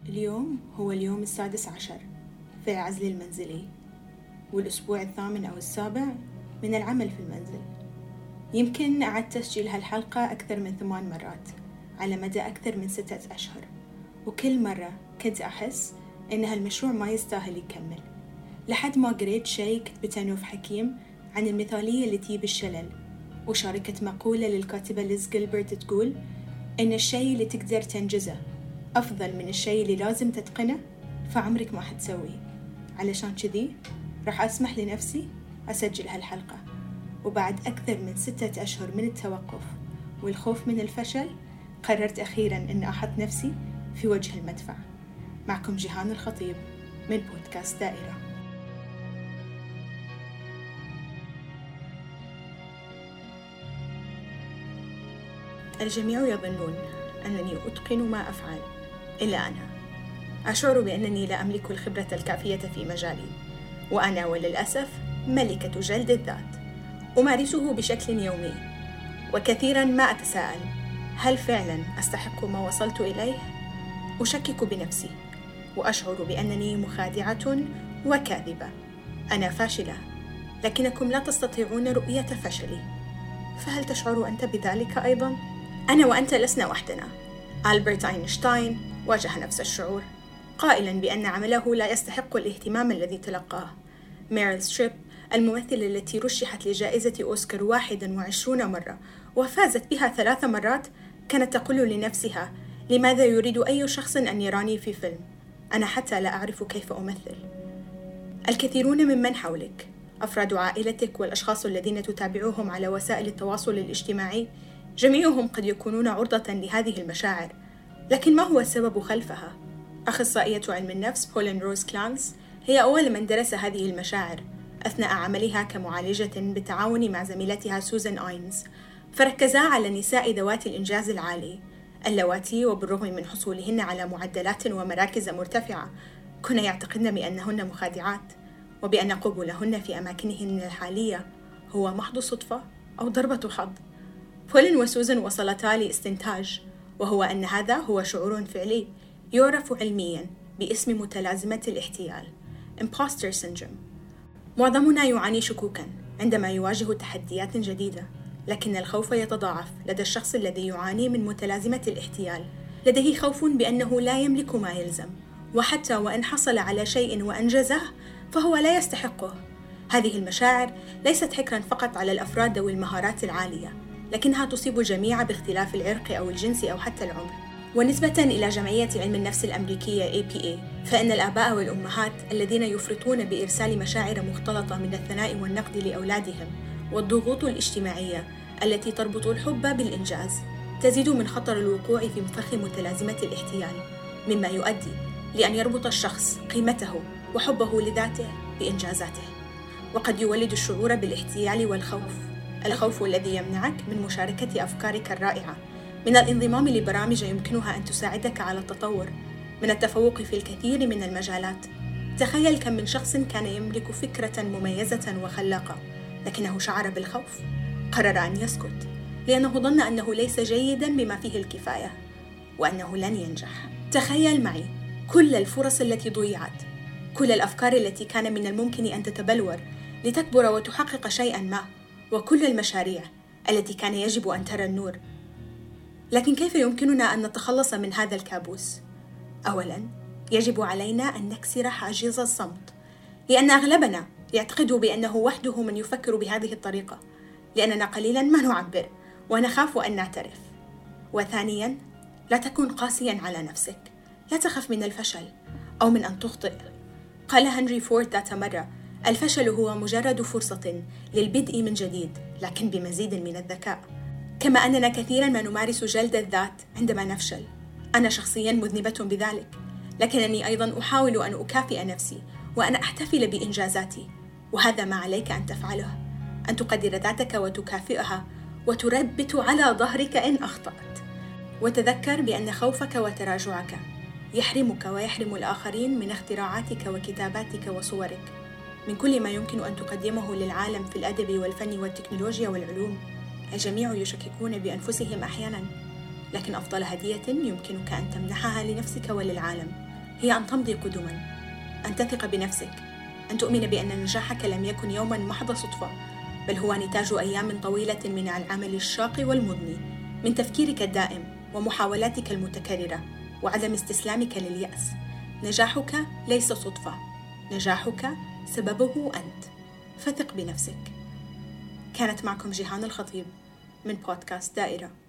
اليوم هو اليوم 16 في العزل المنزلي، والأسبوع 8 أو 7 من العمل في المنزل. يمكن أعدت تسجيل هالحلقة أكثر من 8 مرات على مدى أكثر من 6 أشهر، وكل مرة كنت أحس إن هالمشروع ما يستاهل يكمل، لحد ما قريت شيء كتبته نوف حكيم عن المثالية اللي تجيب الشلل، وشاركت مقولة للكاتبة ليز جيلبرت تقول إن الشيء اللي تقدر تنجزه أفضل من الشيء اللي لازم تتقنه فعمرك ما حتسويه. علشان كذي راح أسمح لنفسي أسجل هالحلقة، وبعد أكثر من 6 أشهر من التوقف والخوف من الفشل قررت أخيراً أن أحط نفسي في وجه المدفع. معكم جيهان الخطيب من بودكاست دائرة. الجميع يظنون أنني أتقن ما أفعل، إلا أنا أشعر بأنني لا أملك الخبرة الكافية في مجالي، وأنا وللأسف ملكة جلد الذات، أمارسه بشكل يومي، وكثيراً ما أتساءل: هل فعلاً أستحق ما وصلت إليه؟ أشكك بنفسي، وأشعر بأنني مخادعة وكاذبة. أنا فاشلة، لكنكم لا تستطيعون رؤية فشلي، فهل تشعر أنت بذلك أيضاً؟ أنا وأنت لسنا وحدنا. ألبرت أينشتاين واجه نفس الشعور، قائلاً بأن عمله لا يستحق الاهتمام الذي تلقاه. ميريل ستريب الممثلة التي رشحت لجائزة أوسكار 21 مرة وفازت بها 3 مرات كانت تقول لنفسها: لماذا يريد أي شخص أن يراني في فيلم؟ أنا حتى لا أعرف كيف أمثل. الكثيرون ممن حولك، أفراد عائلتك والأشخاص الذين تتابعهم على وسائل التواصل الاجتماعي، جميعهم قد يكونون عرضة لهذه المشاعر، لكن ما هو السبب خلفها؟ أخصائية علم النفس بولين روز كلانس هي أول من درس هذه المشاعر أثناء عملها كمعالجة بالتعاون مع زميلتها سوزان آينز، فركزا على النساء ذوات الإنجاز العالي، اللواتي وبالرغم من حصولهن على معدلات ومراكز مرتفعة كن يعتقدن بأنهن مخادعات، وبأن قبولهن في أماكنهن الحالية هو محض صدفة أو ضربة حظ. بولين وسوزان وصلتا لاستنتاج، وهو أن هذا هو شعور فعلي يعرف علمياً باسم متلازمة الاحتيال Imposter Syndrome. معظمنا يعاني شكوكاً عندما يواجه تحديات جديدة، لكن الخوف يتضاعف لدى الشخص الذي يعاني من متلازمة الاحتيال. لديه خوف بأنه لا يملك ما يلزم، وحتى وإن حصل على شيء وأنجزه فهو لا يستحقه. هذه المشاعر ليست حكراً فقط على الأفراد ذوي المهارات العالية، لكنها تصيب الجميع باختلاف العرق أو الجنس أو حتى العمر. ونسبة إلى جمعية علم النفس الأمريكية APA، فإن الآباء والأمهات الذين يفرطون بإرسال مشاعر مختلطة من الثناء والنقد لأولادهم والضغوط الاجتماعية التي تربط الحب بالإنجاز تزيد من خطر الوقوع في فخ متلازمة الاحتيال، مما يؤدي لأن يربط الشخص قيمته وحبه لذاته بإنجازاته، وقد يولد الشعور بالاحتيال والخوف، الخوف الذي يمنعك من مشاركة أفكارك الرائعة، من الانضمام لبرامج يمكنها أن تساعدك على التطور، من التفوق في الكثير من المجالات. تخيل كم من شخص كان يملك فكرة مميزة وخلاقة، لكنه شعر بالخوف، قرر أن يسكت، لأنه ظن أنه ليس جيداً بما فيه الكفاية، وأنه لن ينجح. تخيل معي كل الفرص التي ضيعت، كل الأفكار التي كان من الممكن أن تتبلور لتكبر وتحقق شيئاً ما، وكل المشاريع التي كان يجب أن ترى النور. لكن كيف يمكننا أن نتخلص من هذا الكابوس؟ أولاً، يجب علينا أن نكسر حاجز الصمت، لأن أغلبنا يعتقد بأنه وحده من يفكر بهذه الطريقة، لأننا قليلاً ما نعبر ونخاف أن نعترف. وثانياً، لا تكن قاسياً على نفسك، لا تخف من الفشل أو من أن تخطئ. قال هنري فورد ذات مرة: الفشل هو مجرد فرصة للبدء من جديد، لكن بمزيد من الذكاء. كما أننا كثيراً ما نمارس جلد الذات عندما نفشل، أنا شخصياً مذنبة بذلك، لكنني أيضاً أحاول أن أكافئ نفسي وأن أحتفل بإنجازاتي، وهذا ما عليك أن تفعله، أن تقدر ذاتك وتكافئها وتربت على ظهرك إن أخطأت. وتذكر بأن خوفك وتراجعك يحرمك ويحرم الآخرين من اختراعاتك وكتاباتك وصورك، من كل ما يمكن أن تقدمه للعالم في الأدب والفن والتكنولوجيا والعلوم. الجميع يشككون بأنفسهم أحياناً، لكن أفضل هدية يمكنك أن تمنحها لنفسك وللعالم هي أن تمضي قدما، أن تثق بنفسك، أن تؤمن بأن نجاحك لم يكن يوما محض صدفة، بل هو نتاج أيام طويلة من العمل الشاق والمضني، من تفكيرك الدائم ومحاولاتك المتكررة وعدم استسلامك لليأس. نجاحك ليس صدفة، نجاحك سببه أنت، فثق بنفسك. كانت معكم جيهان الخطيب من بودكاست دائرة.